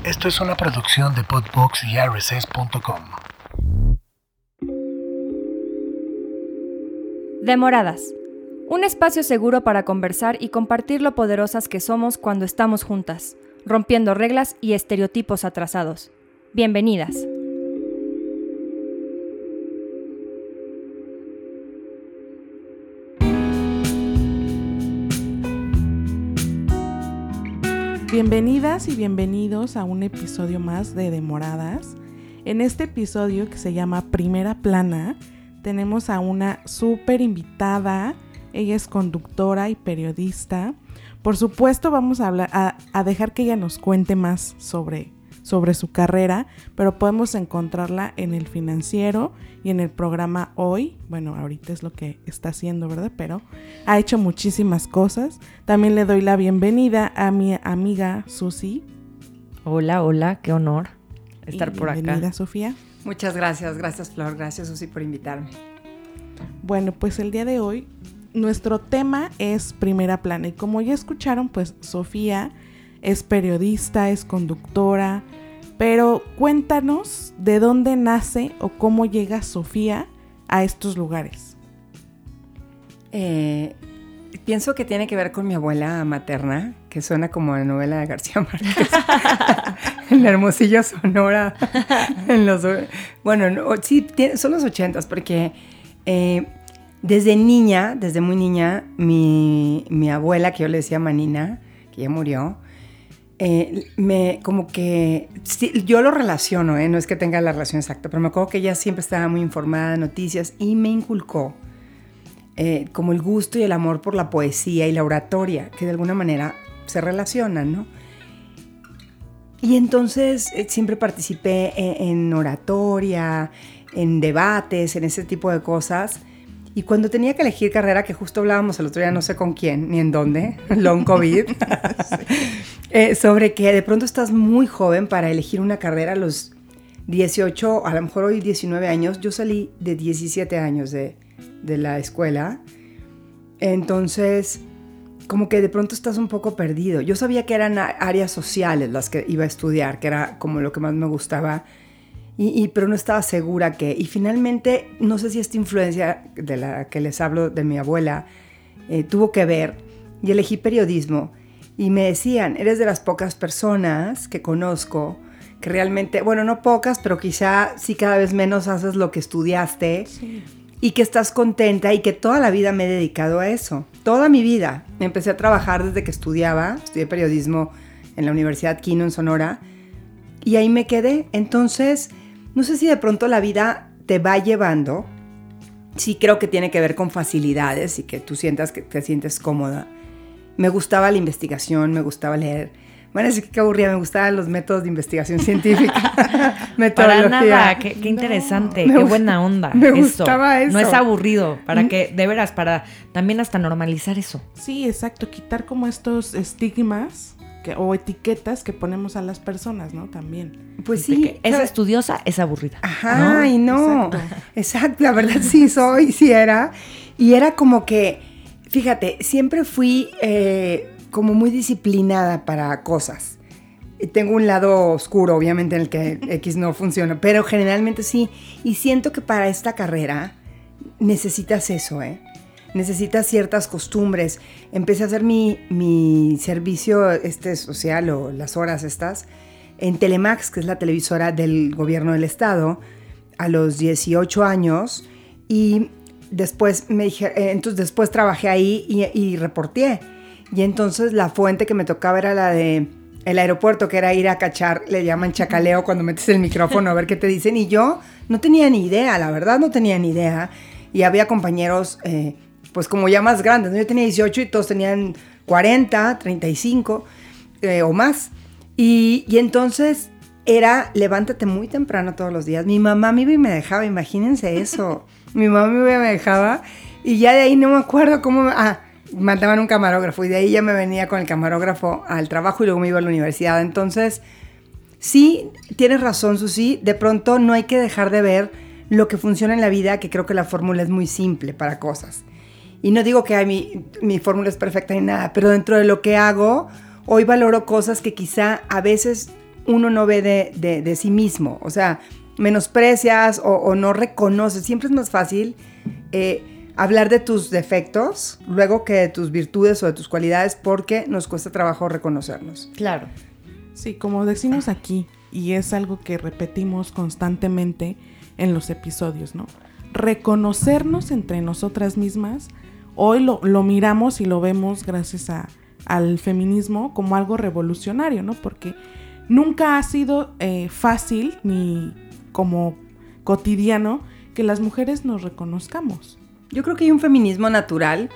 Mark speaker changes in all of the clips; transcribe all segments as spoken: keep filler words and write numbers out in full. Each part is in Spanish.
Speaker 1: Esto es una producción de Podbox y R S S punto com.
Speaker 2: Demoradas. Un espacio seguro para conversar y compartir lo poderosas que somos cuando estamos juntas, rompiendo reglas y estereotipos atrasados. Bienvenidas.
Speaker 3: Bienvenidas y bienvenidos a un episodio más de Demoradas. En este episodio, que se llama Primera Plana, tenemos a una súper invitada. Ella es conductora y periodista. Por supuesto vamos a, hablar, a, a dejar que ella nos cuente más sobre, sobre su carrera, pero podemos encontrarla en El Financiero y en el programa Hoy. Bueno, ahorita es lo que está haciendo, ¿verdad? Pero ha hecho muchísimas cosas. También le doy la bienvenida a mi amiga Susi.
Speaker 4: Hola, hola, qué honor estar
Speaker 3: y
Speaker 4: por acá.
Speaker 3: Bienvenida, Sofía.
Speaker 5: Muchas gracias, gracias Flor, gracias Susi por invitarme.
Speaker 3: Bueno, pues el día de hoy nuestro tema es Primera Plana y como ya escucharon, pues Sofía es periodista, es conductora, pero cuéntanos de dónde nace o cómo llega Sofía a estos lugares.
Speaker 5: Eh, pienso que tiene que ver con mi abuela materna, que suena como a novela de García Márquez, en Hermosillo, Sonora. En los, bueno, no, sí, tiene, son los ochentas, porque eh, desde niña, desde muy niña, mi, mi abuela, que yo le decía Manina, que ya murió, Eh, me como que sí, yo lo relaciono, ¿eh? No es que tenga la relación exacta, pero me acuerdo que ella siempre estaba muy informada de noticias y me inculcó eh, como el gusto y el amor por la poesía y la oratoria, que de alguna manera se relacionan, ¿no? Y entonces eh, siempre participé en, en oratoria, en debates, en ese tipo de cosas. Y cuando tenía que elegir carrera, que justo hablábamos el otro día, no sé con quién, ni en dónde, long COVID, eh, sobre que de pronto estás muy joven para elegir una carrera a los dieciocho, a lo mejor hoy diecinueve años. Yo salí de diecisiete años de, de la escuela. Entonces, como que de pronto estás un poco perdido. Yo sabía que eran áreas sociales las que iba a estudiar, que era como lo que más me gustaba. Y, y, pero no estaba segura que... Y finalmente, no sé si esta influencia de la que les hablo de mi abuela eh, tuvo que ver, y elegí periodismo. Y me decían, eres de las pocas personas que conozco que realmente... Bueno, no pocas, pero quizá sí cada vez menos haces lo que estudiaste. Sí. Y que estás contenta y que toda la vida me he dedicado a eso. Toda mi vida. Empecé a trabajar desde que estudiaba. Estudié periodismo en la Universidad Quino, en Sonora. Y ahí me quedé. Entonces... No sé si de pronto la vida te va llevando. Sí creo que tiene que ver con facilidades y que tú sientas que te sientes cómoda. Me gustaba la investigación, me gustaba leer. Bueno, sí que aburría, me gustaban los métodos de investigación científica.
Speaker 4: Para nada, qué, qué interesante, no, qué buena onda.
Speaker 5: Me
Speaker 4: eso.
Speaker 5: gustaba eso.
Speaker 4: No es aburrido, para ¿Mm? que, de veras, para también hasta normalizar eso.
Speaker 3: Sí, exacto, quitar como estos estigmas que, o etiquetas que ponemos a las personas, ¿no? También.
Speaker 5: Pues sí.
Speaker 4: Que es estudiosa, es aburrida.
Speaker 5: Ajá,
Speaker 4: ¿no?
Speaker 5: y no.
Speaker 3: Exacto.
Speaker 5: Exacto, la verdad sí soy, sí era. Y era como que, fíjate, siempre fui eh, como muy disciplinada para cosas. Y tengo un lado oscuro, obviamente, en el que X no funciona, pero generalmente sí. Y siento que para esta carrera necesitas eso, ¿eh? Necesitas ciertas costumbres. Empecé a hacer mi, mi servicio este social o las horas estas en Telemax, que es la televisora del gobierno del estado, a los dieciocho años. Y después me dije, eh, entonces después trabajé ahí y, y reporteé. Y entonces la fuente que me tocaba era la de el aeropuerto, que era ir a cachar, le llaman chacaleo cuando metes el micrófono a ver qué te dicen. Y yo no tenía ni idea, la verdad no tenía ni idea. Y había compañeros... Eh, pues como ya más grandes, ¿no? Yo tenía dieciocho y todos tenían cuarenta, treinta y cinco eh, o más. Y, y entonces era levántate muy temprano todos los días. Mi mamá me iba y me dejaba, imagínense eso. Mi mamá me iba y me dejaba y ya de ahí no me acuerdo cómo... Ah, mandaban un camarógrafo y de ahí ya me venía con el camarógrafo al trabajo y luego me iba a la universidad. Entonces, sí, tienes razón, Susi, de pronto no hay que dejar de ver lo que funciona en la vida, que creo que la fórmula es muy simple para cosas. Y no digo que ay, mi, mi fórmula es perfecta ni nada, pero dentro de lo que hago, hoy valoro cosas que quizá a veces uno no ve de, de, de sí mismo. O sea, menosprecias o, o no reconoces. Siempre es más fácil eh, hablar de tus defectos luego que de tus virtudes o de tus cualidades, porque nos cuesta trabajo reconocernos.
Speaker 4: Claro.
Speaker 3: Sí, como decimos aquí, y es algo que repetimos constantemente en los episodios, ¿no? Reconocernos entre nosotras mismas, hoy lo, lo miramos y lo vemos gracias a, al feminismo como algo revolucionario, ¿no? Porque nunca ha sido eh, fácil ni como cotidiano que las mujeres nos reconozcamos.
Speaker 5: Yo creo que hay un feminismo natural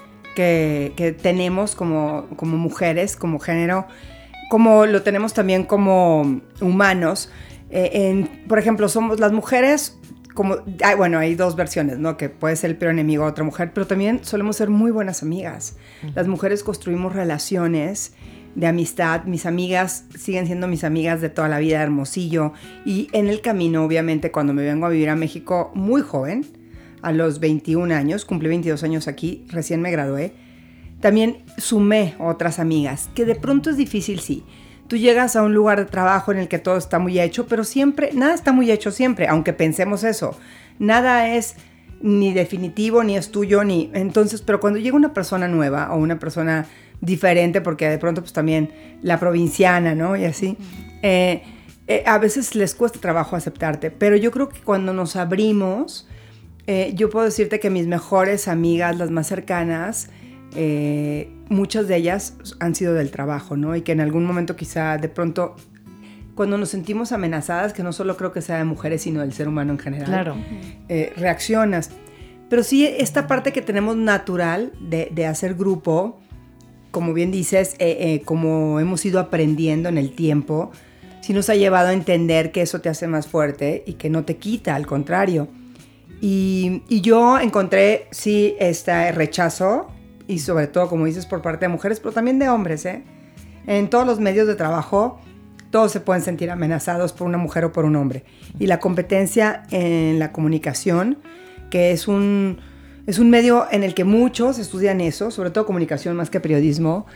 Speaker 5: que, que tenemos como, como mujeres, como género, como lo tenemos también como humanos. Eh, en, por ejemplo, somos las mujeres, como, ay, bueno, hay dos versiones, ¿no? Que puede ser el peor enemigo a otra mujer, pero también solemos ser muy buenas amigas. Uh-huh. Las mujeres construimos relaciones de amistad. Mis amigas siguen siendo mis amigas de toda la vida, Hermosillo. Y en el camino, obviamente, cuando me vengo a vivir a México muy joven, a los veintiún años, cumplí veintidós años aquí, recién me gradué, también sumé otras amigas, que de pronto es difícil, sí. Tú llegas a un lugar de trabajo en el que todo está muy hecho, pero siempre, nada está muy hecho siempre, aunque pensemos eso. Nada es ni definitivo, ni es tuyo, ni... Entonces, pero cuando llega una persona nueva o una persona diferente, porque de pronto pues también la provinciana, ¿no? Y así, eh, eh, a veces les cuesta trabajo aceptarte, pero yo creo que cuando nos abrimos, eh, yo puedo decirte que mis mejores amigas, las más cercanas, Eh, muchas de ellas han sido del trabajo, ¿no? Y que en algún momento quizá de pronto, cuando nos sentimos amenazadas, que no solo creo que sea de mujeres, sino del ser humano en general,
Speaker 4: claro.
Speaker 5: eh, reaccionas. Pero sí, esta parte que tenemos natural de, de hacer grupo, como bien dices, eh, eh, como hemos ido aprendiendo en el tiempo, sí nos ha llevado a entender que eso te hace más fuerte y que no te quita, al contrario. Y, y yo encontré, sí, este rechazo, y sobre todo, como dices, por parte de mujeres, pero también de hombres, ¿eh? En todos los medios de trabajo, todos se pueden sentir amenazados por una mujer o por un hombre. Y la competencia en la comunicación, que es un, es un medio en el que muchos estudian eso, sobre todo comunicación más que periodismo,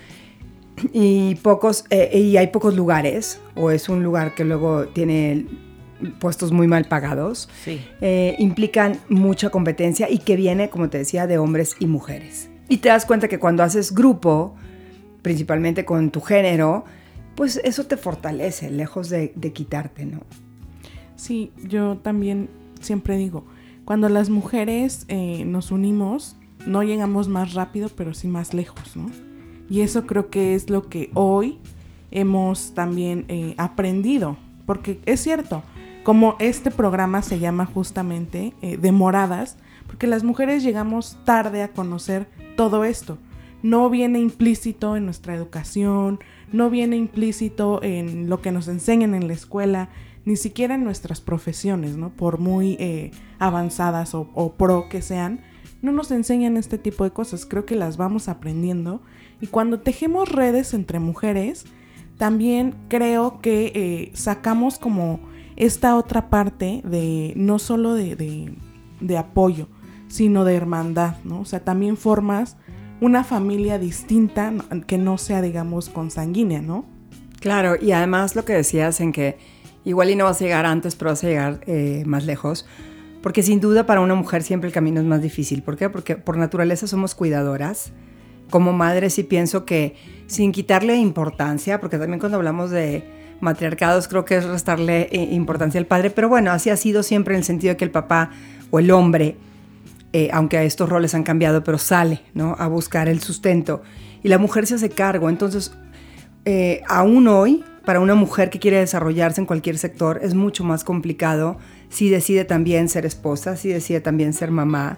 Speaker 5: y, pocos, eh, y hay pocos lugares, o es un lugar que luego tiene puestos muy mal pagados,
Speaker 4: sí.
Speaker 5: eh, implican mucha competencia y que viene, como te decía, de hombres y mujeres. Y te das cuenta que cuando haces grupo, principalmente con tu género, pues eso te fortalece, lejos de, de quitarte, ¿no?
Speaker 3: Sí, yo también siempre digo, cuando las mujeres eh, nos unimos, no llegamos más rápido, pero sí más lejos, ¿no? Y eso creo que es lo que hoy hemos también eh, aprendido, porque es cierto, como este programa se llama justamente eh, Demoradas, porque las mujeres llegamos tarde a conocer todo esto. No viene implícito en nuestra educación, no viene implícito en lo que nos enseñan en la escuela, ni siquiera en nuestras profesiones, ¿no? Por muy eh, avanzadas o, o pro que sean, no nos enseñan este tipo de cosas. Creo que las vamos aprendiendo. Y cuando tejemos redes entre mujeres, también creo que eh, sacamos como esta otra parte de no solo de, de, de apoyo, sino de hermandad, ¿no? O sea, también formas una familia distinta que no sea, digamos, consanguínea, ¿no?
Speaker 5: Claro, y además lo que decías en que igual y no vas a llegar antes, pero vas a llegar eh, más lejos, porque sin duda para una mujer siempre el camino es más difícil. ¿Por qué? Porque por naturaleza somos cuidadoras. Como madres sí pienso que sin quitarle importancia, porque también cuando hablamos de matriarcados creo que es restarle eh, importancia al padre, pero bueno, así ha sido siempre en el sentido de que el papá o el hombre, Eh, aunque estos roles han cambiado, pero sale, ¿no? A buscar el sustento. Y la mujer se hace cargo. Entonces, eh, aún hoy, para una mujer que quiere desarrollarse en cualquier sector, es mucho más complicado si decide también ser esposa, si decide también ser mamá.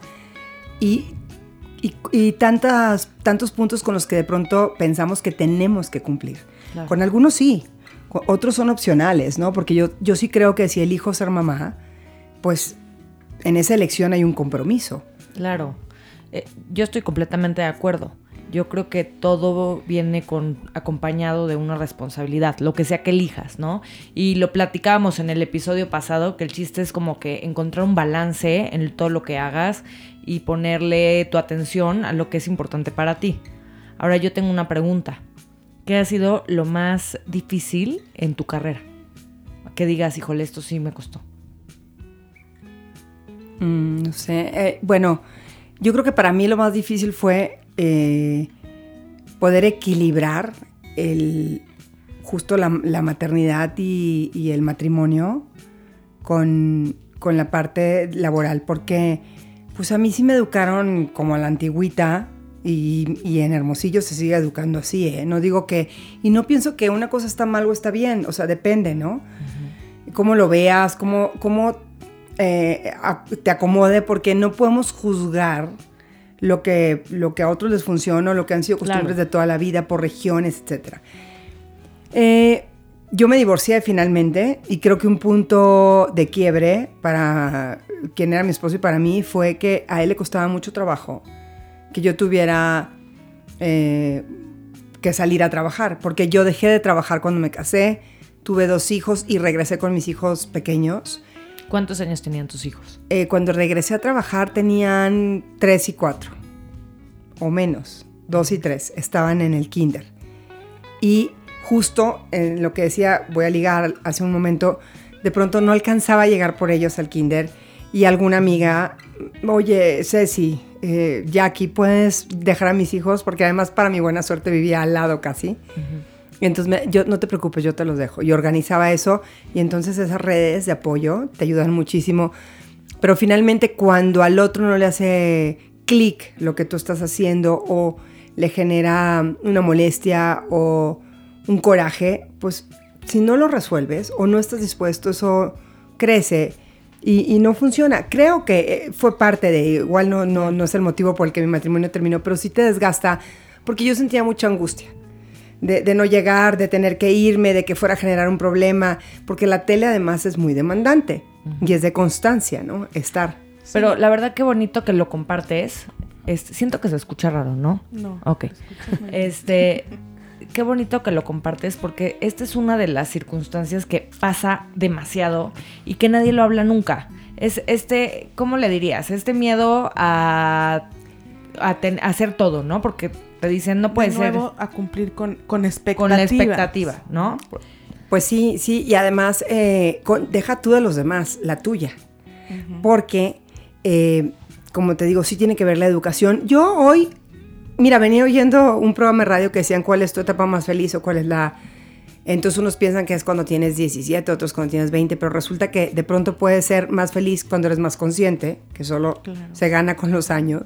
Speaker 5: Y, y, y tantas, tantos puntos con los que de pronto pensamos que tenemos que cumplir. Claro. Con algunos sí, con otros son opcionales, ¿no? Porque yo, yo sí creo que si elijo ser mamá, pues en esa elección hay un compromiso.
Speaker 4: Claro, eh, yo estoy completamente de acuerdo. Yo creo que todo viene con, acompañado de una responsabilidad, lo que sea que elijas, ¿no? Y lo platicábamos en el episodio pasado, que el chiste es como que encontrar un balance en todo lo que hagas y ponerle tu atención a lo que es importante para ti. Ahora yo tengo una pregunta. ¿Qué ha sido lo más difícil en tu carrera? que digas, híjole, esto sí me costó?
Speaker 5: Mm, no sé. Eh, bueno, yo creo que para mí lo más difícil fue eh, poder equilibrar el, justo la, la maternidad y, y el matrimonio con, con la parte laboral, porque pues a mí sí me educaron como a la antigüita y, y en Hermosillo se sigue educando así, ¿eh? No digo que, y no pienso que una cosa está mal o está bien, o sea, depende, ¿no? Uh-huh. Cómo lo veas, cómo, cómo eh, a, te acomode, porque no podemos juzgar lo que, lo que a otros les funciona o lo que han sido costumbres claro. de toda la vida por regiones, etcétera. Eh, yo me divorcié finalmente y creo que un punto de quiebre para quien era mi esposo y para mí fue que a él le costaba mucho trabajo que yo tuviera eh, que salir a trabajar, porque yo dejé de trabajar cuando me casé, tuve dos hijos y regresé con mis hijos pequeños.
Speaker 4: ¿Cuántos años tenían tus hijos?
Speaker 5: Eh, cuando regresé a trabajar tenían tres y cuatro, o menos, dos y tres, estaban en el kinder. Y justo en lo que decía, voy a ligar hace un momento, de pronto no alcanzaba a llegar por ellos al kinder y alguna amiga, oye, Ceci, eh, Jackie, ¿puedes dejar a mis hijos? Porque además para mi buena suerte vivía al lado casi. Uh-huh. Y entonces, me, yo, no te preocupes, yo te los dejo. Y organizaba eso y entonces esas redes de apoyo te ayudan muchísimo. Pero finalmente cuando al otro no le hace clic lo que tú estás haciendo o le genera una molestia o un coraje, pues si no lo resuelves o no estás dispuesto, eso crece y, y no funciona. Creo que fue parte de, igual no, no, no es el motivo por el que mi matrimonio terminó, pero sí te desgasta, porque yo sentía mucha angustia de, de no llegar, de tener que irme, de que fuera a generar un problema, porque la tele además es muy demandante uh-huh. y es de constancia, ¿no? Estar.
Speaker 4: Pero sí. La verdad qué bonito que lo compartes. Este, siento que se escucha raro, ¿no?
Speaker 3: No.
Speaker 4: Ok. Este... Qué bonito que lo compartes, porque esta es una de las circunstancias que pasa demasiado y que nadie lo habla nunca. Es este, ¿cómo le dirías? Este miedo a, a, ten, a hacer todo, ¿no? Porque te dicen, no puede
Speaker 3: de nuevo,
Speaker 4: ser...
Speaker 3: a cumplir con, con expectativas.
Speaker 4: Con la expectativa, ¿no?
Speaker 5: Pues sí, sí, y además, eh, con, deja tú de los demás, la tuya. Uh-huh. Porque, eh, como te digo, sí tiene que ver la educación. Yo hoy... Mira, venía oyendo un programa de radio que decían cuál es tu etapa más feliz o cuál es la... Entonces unos piensan que es cuando tienes diecisiete, otros cuando tienes veinte, pero resulta que de pronto puedes ser más feliz cuando eres más consciente, que solo claro. se gana con los años.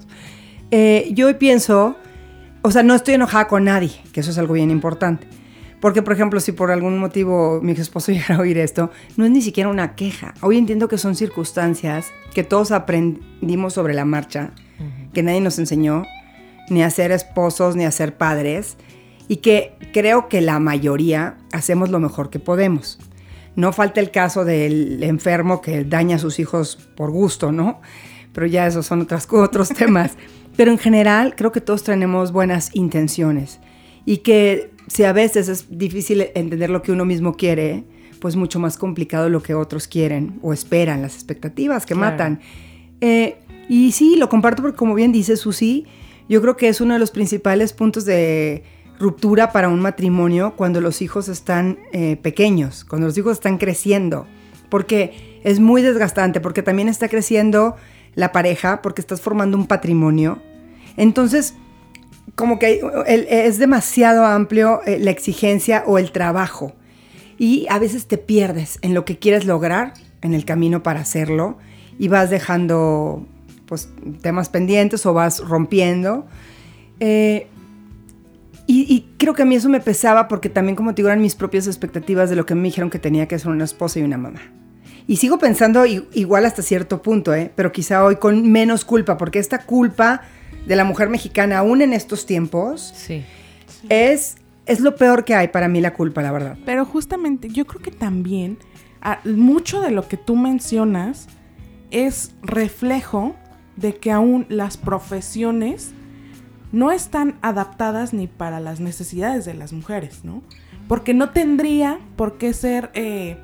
Speaker 5: Eh, yo hoy pienso, o sea, no estoy enojada con nadie, que eso es algo bien importante. Porque, por ejemplo, si por algún motivo mi esposo llegara a oír esto, no es ni siquiera una queja. Hoy entiendo que son circunstancias que todos aprendimos sobre la marcha, uh-huh. que nadie nos enseñó, ni a ser esposos, ni a ser padres, y que creo que la mayoría hacemos lo mejor que podemos. No falta el caso del enfermo que daña a sus hijos por gusto, ¿no? Pero ya esos son otras, otros temas. Pero en general creo que todos tenemos buenas intenciones y que si a veces es difícil entender lo que uno mismo quiere, pues mucho más complicado lo que otros quieren o esperan, las expectativas que claro. matan. Eh, y sí, lo comparto porque, como bien dice Susi, yo creo que es uno de los principales puntos de ruptura para un matrimonio cuando los hijos están eh, pequeños, cuando los hijos están creciendo, porque es muy desgastante, porque también está creciendo la pareja, porque estás formando un patrimonio. Entonces, como que el, es demasiado amplio eh, la exigencia o el trabajo, y a veces te pierdes en lo que quieres lograr en el camino para hacerlo, y vas dejando... pues temas pendientes o vas rompiendo. Eh, y, y creo que a mí eso me pesaba porque también, como te digo, eran mis propias expectativas de lo que me dijeron que tenía que ser una esposa y una mamá. Y sigo pensando igual hasta cierto punto, ¿eh? Pero quizá hoy con menos culpa, porque esta culpa de la mujer mexicana, aún en estos tiempos,
Speaker 4: sí.
Speaker 5: es, es lo peor que hay para mí, la culpa, la verdad.
Speaker 3: Pero justamente yo creo que también a, mucho de lo que tú mencionas es reflejo de que aún las profesiones no están adaptadas ni para las necesidades de las mujeres, ¿no? Porque no tendría por qué ser eh,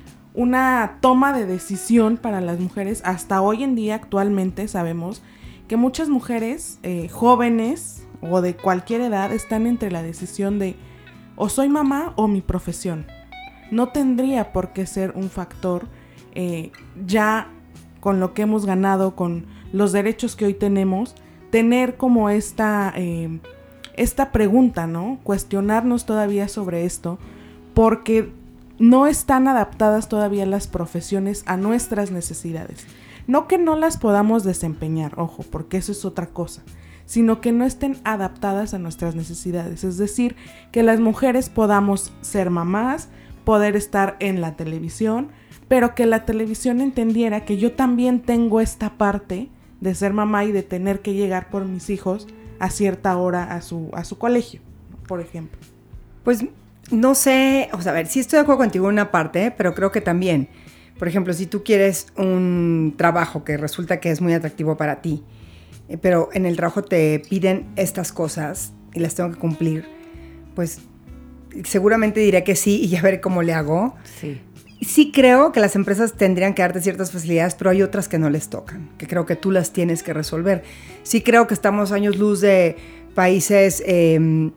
Speaker 3: una toma de decisión para las mujeres. Hasta hoy en día, actualmente, sabemos que muchas mujeres eh, jóvenes o de cualquier edad están entre la decisión de o soy mamá o mi profesión. no tendría por qué ser un factor eh, ya con lo que hemos ganado, con los derechos que hoy tenemos, tener como esta, eh, esta pregunta, ¿no? Cuestionarnos todavía sobre esto, porque no están adaptadas todavía las profesiones a nuestras necesidades. No que no las podamos desempeñar, ojo, porque eso es otra cosa, sino que no estén adaptadas a nuestras necesidades. Es decir, que las mujeres podamos ser mamás, poder estar en la televisión, pero que la televisión entendiera que yo también tengo esta parte de ser mamá y de tener que llegar por mis hijos a cierta hora a su, a su colegio, por ejemplo.
Speaker 5: Pues no sé, o sea, a ver, sí estoy de acuerdo contigo en una parte, pero creo que también, por ejemplo, si tú quieres un trabajo que resulta que es muy atractivo para ti, eh, pero en el trabajo te piden estas cosas y las tengo que cumplir, pues seguramente diré que sí y ya veré cómo le hago.
Speaker 4: Sí.
Speaker 5: Sí creo que las empresas tendrían que darte ciertas facilidades, pero hay otras que no les tocan, que creo que tú las tienes que resolver. Sí creo que estamos años luz de países eh,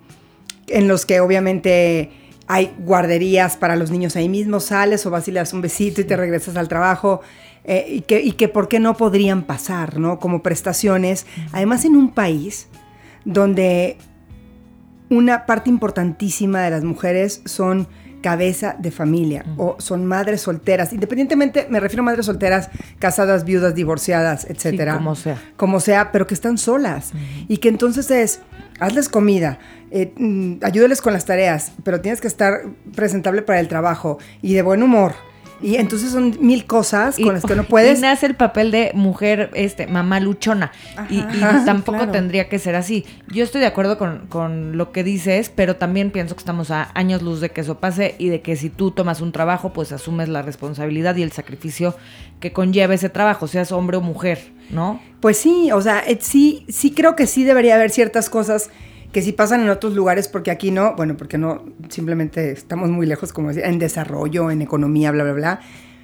Speaker 5: en los que obviamente hay guarderías para los niños ahí mismo, sales o vas y le das un besito y te regresas al trabajo, eh, y, que, y que por qué no podrían pasar, ¿no? Como prestaciones, además en un país donde una parte importantísima de las mujeres son cabeza de familia uh-huh. o son madres solteras, independientemente, me refiero a madres solteras, casadas, viudas, divorciadas, etcétera.
Speaker 4: Sí, como sea.
Speaker 5: Como sea, pero que están solas uh-huh. y que entonces es, hazles comida, eh, ayúdales con las tareas, pero tienes que estar presentable para el trabajo y de buen humor. Y entonces son mil cosas con y, las que no puedes.
Speaker 4: Y nace el papel de mujer, este, mamá luchona. Ajá, y, y ajá, tampoco claro. tendría que ser así. Yo estoy de acuerdo con, con lo que dices, pero también pienso que estamos a años luz de que eso pase y de que si tú tomas un trabajo, pues asumes la responsabilidad y el sacrificio que conlleva ese trabajo, seas hombre o mujer, ¿no?
Speaker 5: Pues sí, o sea, sí, sí creo que sí debería haber ciertas cosas que sí pasan en otros lugares, porque aquí no, bueno, porque no, simplemente estamos muy lejos, como decía, en desarrollo, en economía, bla, bla, bla.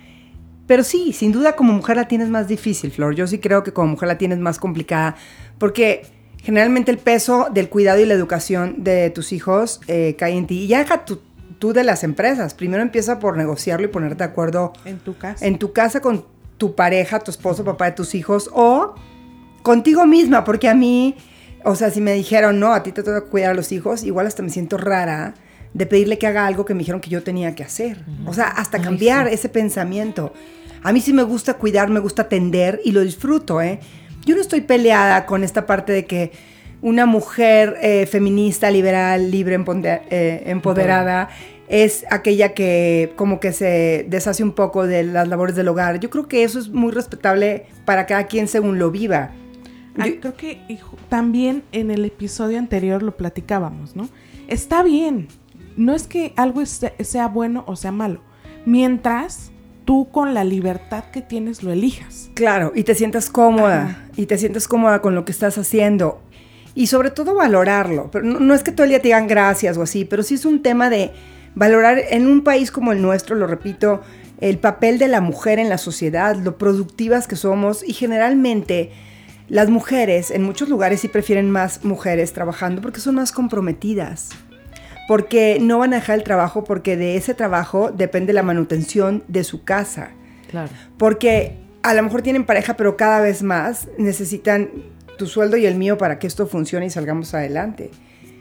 Speaker 5: Pero sí, sin duda como mujer la tienes más difícil, Flor. Yo sí creo que como mujer la tienes más complicada, porque generalmente el peso del cuidado y la educación de tus hijos eh, cae en ti. Y ya deja tú, tú de las empresas. Primero empieza por negociarlo y ponerte de acuerdo.
Speaker 3: En tu casa.
Speaker 5: En tu casa con tu pareja, tu esposo, papá de tus hijos, o contigo misma, porque a mí... O sea, si me dijeron, no, a ti te toca cuidar a los hijos, igual hasta me siento rara de pedirle que haga algo que me dijeron que yo tenía que hacer. Uh-huh. O sea, hasta Ay, cambiar sí. ese pensamiento. A mí sí me gusta cuidar, me gusta atender y lo disfruto, ¿eh? Yo no estoy peleada con esta parte de que una mujer eh, feminista, liberal, libre, empoder- eh, empoderada, uh-huh. es aquella que como que se deshace un poco de las labores del hogar. Yo creo que eso es muy respetable para cada quien según lo viva.
Speaker 3: Ah, Yo, creo que hijo, también en el episodio anterior lo platicábamos, ¿no? Está bien, no es que algo sea, sea bueno o sea malo, mientras tú con la libertad que tienes lo elijas.
Speaker 5: Claro, y te sientas cómoda, Ajá. y te sientas cómoda con lo que estás haciendo, y sobre todo valorarlo, pero no, no es que todo el día te digan gracias o así, pero sí es un tema de valorar en un país como el nuestro, lo repito, el papel de la mujer en la sociedad, lo productivas que somos, y generalmente... Las mujeres en muchos lugares sí prefieren más mujeres trabajando porque son más comprometidas, porque no van a dejar el trabajo porque de ese trabajo depende la manutención de su casa.
Speaker 4: Claro.
Speaker 5: Porque a lo mejor tienen pareja, pero cada vez más necesitan tu sueldo y el mío para que esto funcione y salgamos adelante.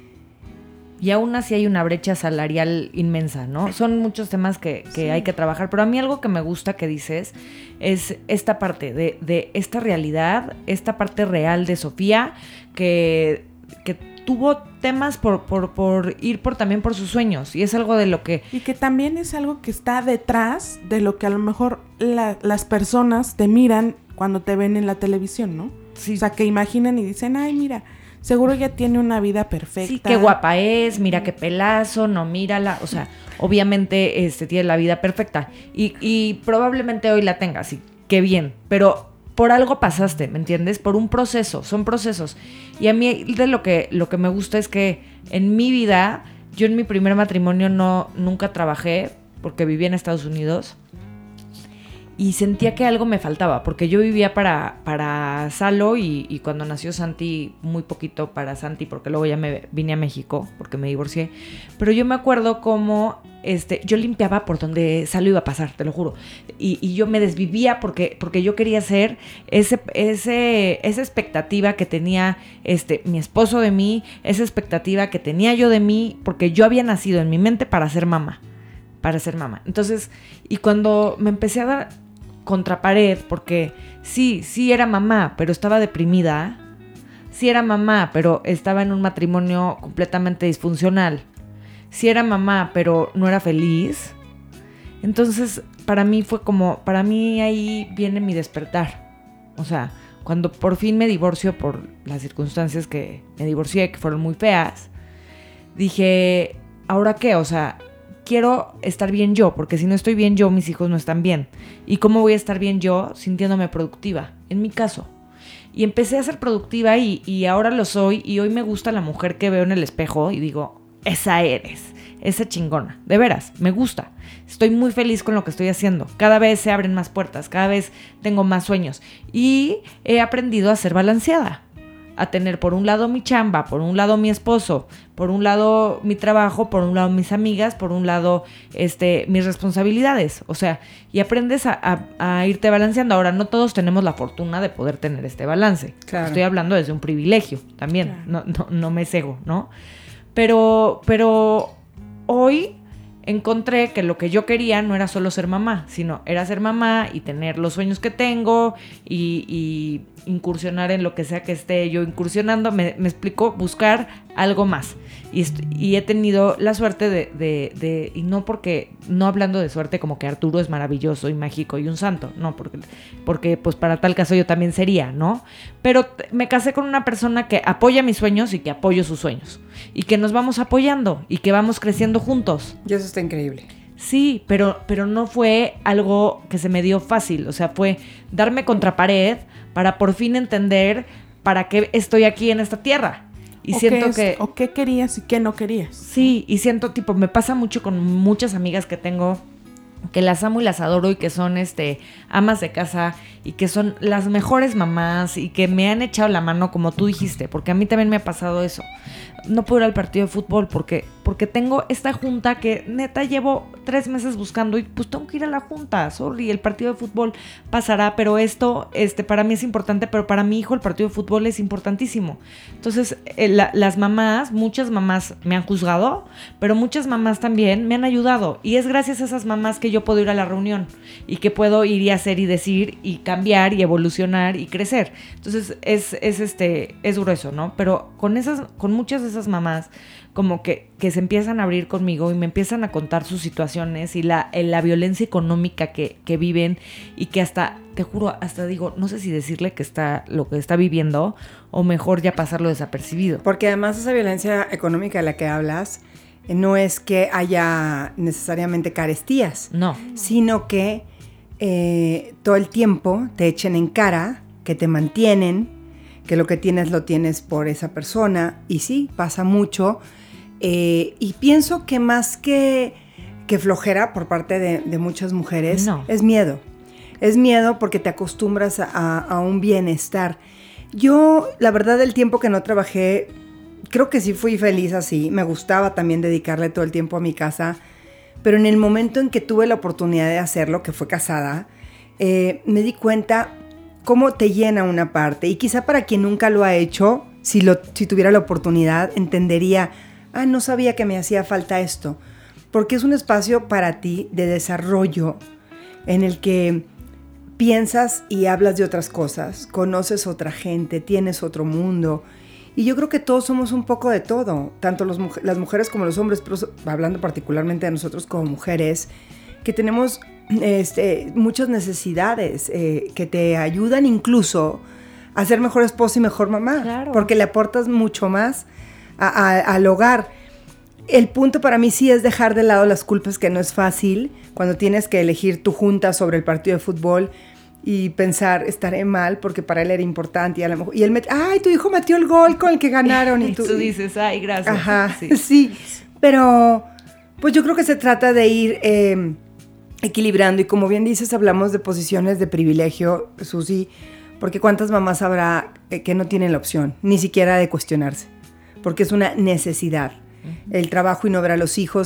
Speaker 4: Y aún así hay una brecha salarial inmensa, ¿no? Son muchos temas que, que sí. hay que trabajar, pero a mí algo que me gusta que dices es esta parte de, de esta realidad, esta parte real de Sofía, que, que tuvo temas por, por, por ir por también por sus sueños, y es algo de lo que...
Speaker 3: Y que también es algo que está detrás de lo que a lo mejor la, las personas te miran cuando te ven en la televisión, ¿no? Sí. O sea, que imaginan y dicen, ay, mira... Seguro ya tiene una vida perfecta.
Speaker 4: Sí, qué guapa es, mira qué pelazo, no, mírala. O sea, obviamente este, tiene la vida perfecta. Y, y probablemente hoy la tengas, y qué bien. Pero por algo pasaste, ¿me entiendes? Por un proceso, son procesos. Y a mí de lo que, lo que me gusta es que en mi vida, yo en mi primer matrimonio no, nunca trabajé, porque vivía en Estados Unidos. Y sentía que algo me faltaba, porque yo vivía para, para Salo y, y cuando nació Santi, muy poquito para Santi, porque luego ya me vine a México, porque me divorcié. Pero yo me acuerdo como Este, yo limpiaba por donde Salo iba a pasar, te lo juro. Y, y yo me desvivía porque, porque yo quería ser ese, ese, esa expectativa que tenía este, mi esposo de mí, esa expectativa que tenía yo de mí, porque yo había nacido en mi mente para ser mamá. Para ser mamá. Entonces, y cuando me empecé a dar contra pared, porque sí, sí era mamá, pero estaba deprimida. Sí era mamá, pero estaba en un matrimonio completamente disfuncional. Sí era mamá, pero no era feliz. Entonces, para mí fue como, para mí ahí viene mi despertar. O sea, cuando por fin me divorcio por las circunstancias que me divorcié, que fueron muy feas, dije, ¿ahora qué? O sea, quiero estar bien yo, porque si no estoy bien yo, mis hijos no están bien. ¿Y cómo voy a estar bien yo sintiéndome productiva? En mi caso. Y empecé a ser productiva y, y ahora lo soy, y hoy me gusta la mujer que veo en el espejo y digo, esa eres, esa chingona, de veras, me gusta. Estoy muy feliz con lo que estoy haciendo. Cada vez se abren más puertas, cada vez tengo más sueños. Y he aprendido a ser balanceada. A tener por un lado mi chamba, por un lado mi esposo, por un lado mi trabajo, por un lado mis amigas, por un lado este, mis responsabilidades. O sea, y aprendes a, a, a irte balanceando. Ahora, no todos tenemos la fortuna de poder tener este balance.
Speaker 5: Claro.
Speaker 4: Estoy hablando desde un privilegio también.
Speaker 3: Claro.
Speaker 4: No, no, no me cego, ¿no? Pero, pero hoy encontré que lo que yo quería no era solo ser mamá, sino era ser mamá y tener los sueños que tengo y, y incursionar en lo que sea que esté yo incursionando. Me, me explicó, buscar algo más. Y, est- y he tenido la suerte de, de, de, y no porque, no hablando de suerte como que Arturo es maravilloso y mágico y un santo, no, porque, porque pues para tal caso yo también sería, ¿no? Pero t- me casé con una persona que apoya mis sueños y que apoyo sus sueños. Y que nos vamos apoyando y que vamos creciendo juntos.
Speaker 5: Y eso está increíble.
Speaker 4: Sí, pero, pero no fue algo que se me dio fácil. O sea, fue darme contra pared para por fin entender para qué estoy aquí en esta tierra. Y
Speaker 3: o
Speaker 4: siento
Speaker 3: qué es-
Speaker 4: que...
Speaker 3: O qué querías y qué no querías.
Speaker 4: Sí, y siento, tipo, me pasa mucho con muchas amigas que tengo, que las amo y las adoro y que son este amas de casa y que son las mejores mamás y que me han echado la mano como tú dijiste, porque a mí también me ha pasado eso. No puedo ir al partido de fútbol porque, porque tengo esta junta que neta llevo tres meses buscando y pues tengo que ir a la junta, sorry, el partido de fútbol pasará, pero esto este, para mí es importante, pero para mi hijo el partido de fútbol es importantísimo. Entonces eh, la, las mamás, muchas mamás me han juzgado, pero muchas mamás también me han ayudado y es gracias a esas mamás que yo puedo ir a la reunión y que puedo ir y hacer y decir y cambiar y evolucionar y crecer. Entonces es, es, este, es grueso, ¿no? Pero con, esas, con muchas de esas mamás como que, que se empiezan a abrir conmigo y me empiezan a contar sus situaciones y la, la violencia económica que, que viven y que hasta, te juro, hasta digo, no sé si decirle que está lo que está viviendo o mejor ya pasarlo desapercibido.
Speaker 5: Porque además esa violencia económica de la que hablas eh, no es que haya necesariamente carestías,
Speaker 4: No.
Speaker 5: sino que eh, todo el tiempo te echen en cara, que te mantienen, que lo que tienes lo tienes por esa persona. Y sí, pasa mucho. Eh, y pienso que más que, que flojera por parte de, de muchas mujeres,
Speaker 4: No.
Speaker 5: es miedo. Es miedo porque te acostumbras a, a un bienestar. Yo, la verdad, el tiempo que no trabajé, creo que sí fui feliz así. Me gustaba también dedicarle todo el tiempo a mi casa. Pero en el momento en que tuve la oportunidad de hacerlo, que fue casada, eh, me di cuenta cómo te llena una parte. Y quizá para quien nunca lo ha hecho, si, lo, si tuviera la oportunidad, entendería, ah, no sabía que me hacía falta esto. Porque es un espacio para ti de desarrollo en el que piensas y hablas de otras cosas, conoces otra gente, tienes otro mundo. Y yo creo que todos somos un poco de todo, tanto los, las mujeres como los hombres, pero hablando particularmente de nosotros como mujeres, que tenemos este, muchas necesidades eh, que te ayudan incluso a ser mejor esposa y mejor mamá,
Speaker 4: Claro.
Speaker 5: porque le aportas mucho más a, a, al hogar. El punto para mí sí es dejar de lado las culpas, que no es fácil, cuando tienes que elegir tu junta sobre el partido de fútbol y pensar, estaré mal porque para él era importante y a lo mejor, y él me, ay, tu hijo metió el gol con el que ganaron y
Speaker 4: Y
Speaker 5: tú,
Speaker 4: tú dices, ay, gracias.
Speaker 5: ajá,
Speaker 4: Sí.
Speaker 5: sí. Pero pues yo creo que se trata de ir eh, equilibrando y como bien dices, hablamos de posiciones de privilegio, Susi, porque cuántas mamás habrá eh, que no tienen la opción, ni siquiera de cuestionarse, porque es una necesidad. El trabajo y no ver a los hijos.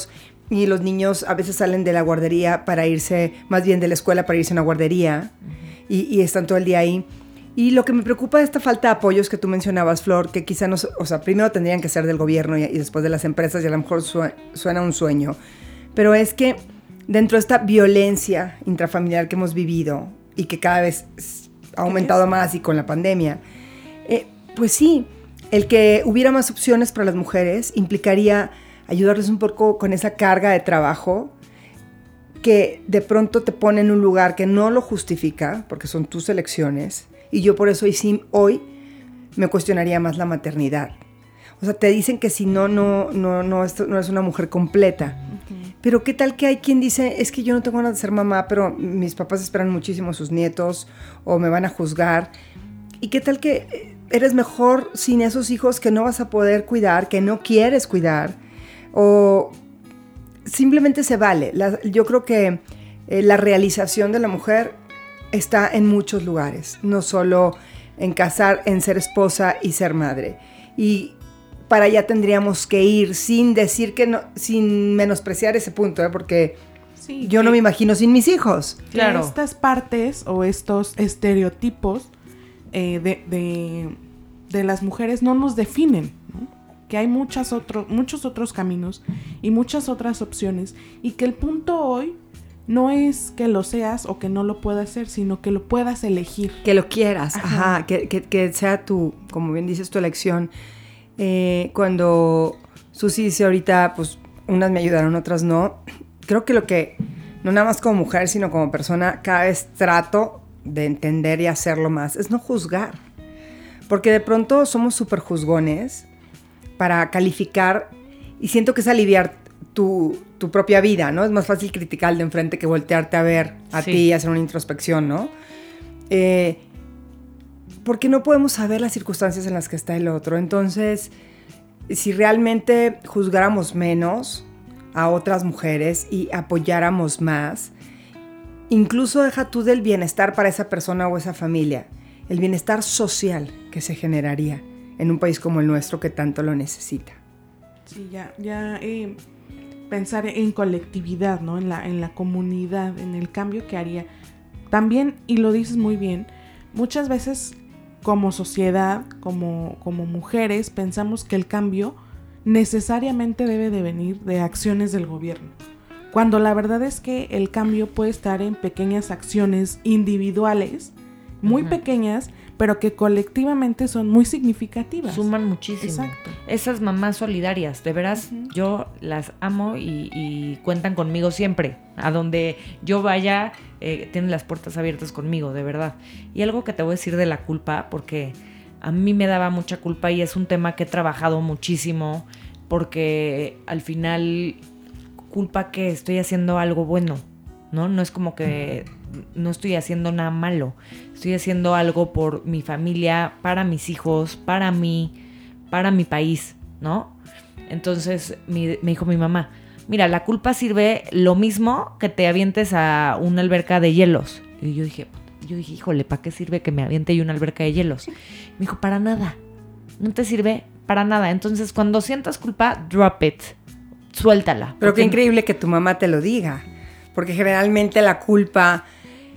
Speaker 5: y los niños a veces salen de la guardería para irse, más bien de la escuela para irse a una guardería, uh-huh. y, y están todo el día ahí. Y lo que me preocupa de esta falta de apoyos que tú mencionabas, Flor, que quizá no, o sea, primero tendrían que ser del gobierno y, y después de las empresas, y a lo mejor su, suena un sueño, pero es que dentro de esta violencia intrafamiliar que hemos vivido y que cada vez ha aumentado más y con la pandemia, eh, pues sí, el que hubiera más opciones para las mujeres implicaría ayudarles un poco con esa carga de trabajo que de pronto te pone en un lugar que no lo justifica, porque son tus elecciones, y yo por eso hoy, hoy me cuestionaría más la maternidad. O sea, te dicen que si no, no, no, no, esto no es una mujer completa. Uh-huh. Pero ¿qué tal que hay quien dice, es que yo no tengo ganas de ser mamá, pero mis papás esperan muchísimo a sus nietos, o me van a juzgar? ¿Y qué tal que eres mejor sin esos hijos que no vas a poder cuidar, que no quieres cuidar? O simplemente se vale. La, yo creo que eh, la realización de la mujer está en muchos lugares, no solo en casar, en ser esposa y ser madre. Y para allá tendríamos que ir sin decir que no, sin menospreciar ese punto, ¿eh? Porque sí, yo no me imagino sin mis hijos.
Speaker 3: Claro. Estas partes o estos estereotipos eh, de, de, de las mujeres no nos definen, ¿no? Que hay muchas otro, muchos otros caminos y muchas otras opciones, y que el punto hoy no es que lo seas o que no lo puedas hacer, sino que lo puedas elegir.
Speaker 5: Que lo quieras, ajá, ajá que, que, que sea tu, como bien dices, tu elección. Eh, cuando Susi dice ahorita, pues unas me ayudaron, otras no, creo que lo que, no nada más como mujer, sino como persona, cada vez trato de entender y hacerlo más, es no juzgar. Porque de pronto somos súper juzgones para calificar, y siento que es aliviar tu, tu propia vida, ¿no? Es más fácil criticar al de enfrente que voltearte a ver a sí. ti y hacer una introspección, ¿no? Eh, porque no podemos saber las circunstancias en las que está el otro. Entonces, si realmente juzgáramos menos a otras mujeres y apoyáramos más, incluso deja tú del bienestar para esa persona o esa familia, el bienestar social que se generaría en un país como el nuestro que tanto lo necesita.
Speaker 3: Sí, ya, ya eh, pensar en colectividad, ¿no? En la, en la comunidad, en el cambio que haría. También, y lo dices muy bien, muchas veces como sociedad, como, como mujeres, pensamos que el cambio necesariamente debe de venir de acciones del gobierno. Cuando la verdad es que el cambio puede estar en pequeñas acciones individuales, muy uh-huh. pequeñas, pero que colectivamente son muy significativas.
Speaker 4: Suman muchísimo.
Speaker 3: Exacto.
Speaker 4: Esas mamás solidarias, de veras, uh-huh. yo las amo y, y cuentan conmigo siempre. A donde yo vaya, eh, tienen las puertas abiertas conmigo, de verdad. Y algo que te voy a decir de la culpa, porque a mí me daba mucha culpa y es un tema que he trabajado muchísimo, porque al final, culpa que estoy haciendo algo bueno, ¿no? No es como que no estoy haciendo nada malo. Estoy haciendo algo por mi familia, para mis hijos, para mí, para mi país, ¿no? Entonces mi, me dijo mi mamá, mira, la culpa sirve lo mismo que te avientes a una alberca de hielos. Y yo dije, yo dije, híjole, ¿para qué sirve que me aviente yo una alberca de hielos? Me dijo, para nada. No te sirve para nada. Entonces, cuando sientas culpa, drop it. Suéltala.
Speaker 5: Pero qué increíble que tu mamá te lo diga. Porque generalmente la culpa,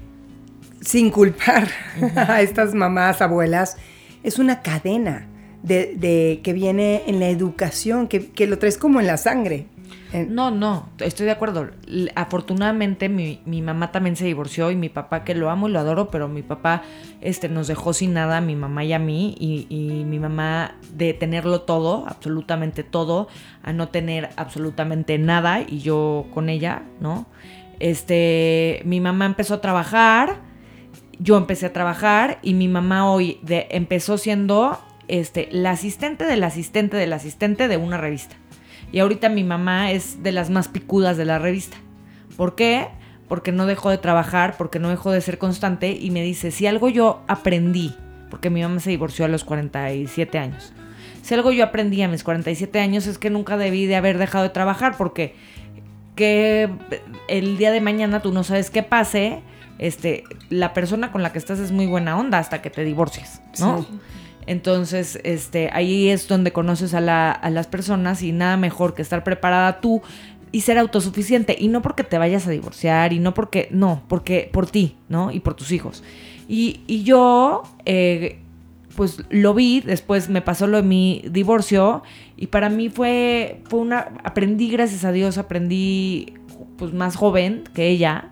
Speaker 5: sin culpar a estas mamás, abuelas, es una cadena de, de que viene en la educación, que, que lo traes como en la sangre.
Speaker 4: No, no, estoy de acuerdo. Afortunadamente mi, mi mamá también se divorció y mi papá, que lo amo y lo adoro, pero mi papá este, nos dejó sin nada, mi mamá y a mí, y, y mi mamá de tenerlo todo, absolutamente todo, a no tener absolutamente nada, y yo con ella, ¿no? Este, mi mamá empezó a trabajar, yo empecé a trabajar y mi mamá hoy de, empezó siendo este, la asistente del asistente del asistente de una revista. Y ahorita mi mamá es de las más picudas de la revista. ¿Por qué? Porque no dejó de trabajar, porque no dejó de ser constante y me dice, si algo yo aprendí, porque mi mamá se divorció a los cuarenta y siete años, si algo yo aprendí a mis cuarenta y siete años es que nunca debí de haber dejado de trabajar porque que el día de mañana tú no sabes qué pase, este, la persona con la que estás es muy buena onda hasta que te divorcies, ¿no? Sí. Entonces, este, ahí es donde conoces a, la, a las personas y nada mejor que estar preparada tú y ser autosuficiente. Y no porque te vayas a divorciar, y no porque, no, porque por ti, ¿no? Y por tus hijos. Y, y yo, eh, pues lo vi, después me pasó lo de mi divorcio, y para mí fue, fue una, aprendí, gracias a Dios, aprendí pues más joven que ella.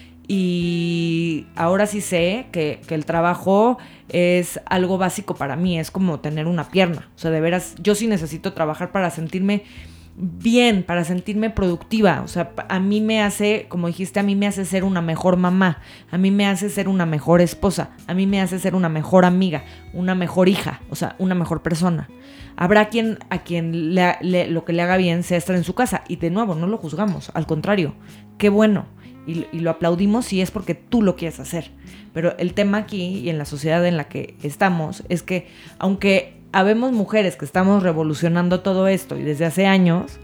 Speaker 4: Y ahora sí sé que, que el trabajo es algo básico para mí, es como tener una pierna. O sea, de veras, yo sí necesito trabajar para sentirme bien, para sentirme productiva. O sea, a mí me hace, como dijiste, a mí me hace ser una mejor mamá, a mí me hace ser una mejor esposa, a mí me hace ser una mejor amiga, una mejor hija, o sea, una mejor persona. Habrá quien a quien le, le, lo que le haga bien sea estar en su casa. Y de nuevo, no lo juzgamos, al contrario, qué bueno. Y, y lo aplaudimos si es porque tú lo quieres hacer. Pero el tema aquí y en la sociedad en la que estamos es que aunque habemos mujeres que estamos revolucionando todo esto y desde hace años,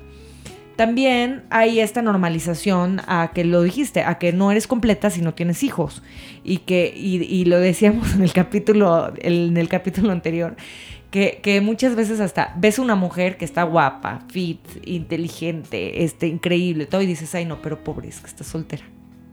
Speaker 4: también hay esta normalización a que lo dijiste, a que no eres completa si no tienes hijos. Y que y, y lo decíamos en el capítulo, en el capítulo anterior, que, que muchas veces hasta ves una mujer que está guapa, fit, inteligente, este, increíble, todo, y dices, ay no, pero pobre, es que está soltera.